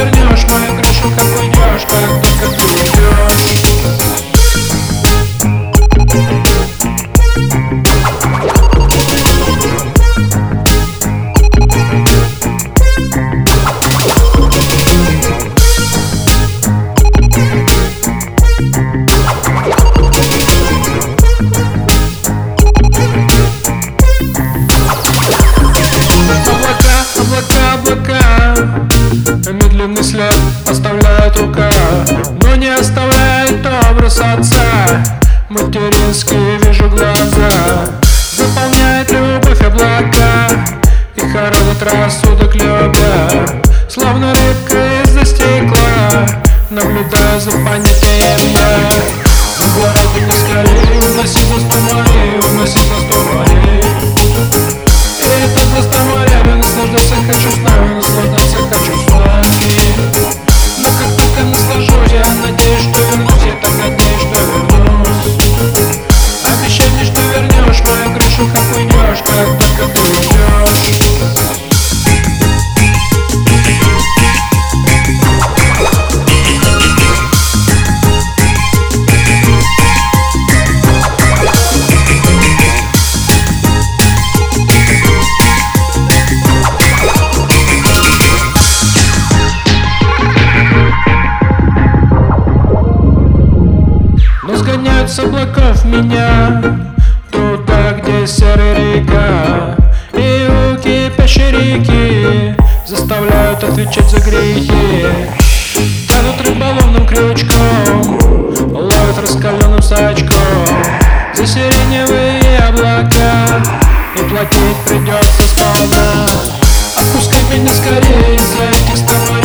вернешь мою крышу, как уйдешь, как только ты уйдешь. Облака, медленный след оставляет рука, но не оставляет образ отца. Материнские вижу глаза, заполняет любовь облака и хоронит рассудок любя. Словно рыбка из-за стекла, наблюдая за понятием я. Городу не скорее, уносить за 100 морей, уносить за 100 морей. И этот за 100 морей наслаждаться хочу с нами, наслаждаться хочу с вами. Но как только наслажусь, я надеюсь, что вернусь, я так надеюсь, что вернусь. Обещай мне, что вернешь мою крышу, как уйдешь, как только ты уйдешь. С облаков меня туда, где серая река, и у кипящей реки заставляют отвечать за грехи. Тянут рыболовным крючком, ловят раскаленным сачком за сиреневые облака, и платить придется сполна. Отпускай меня скорее из-за этих 100 морей.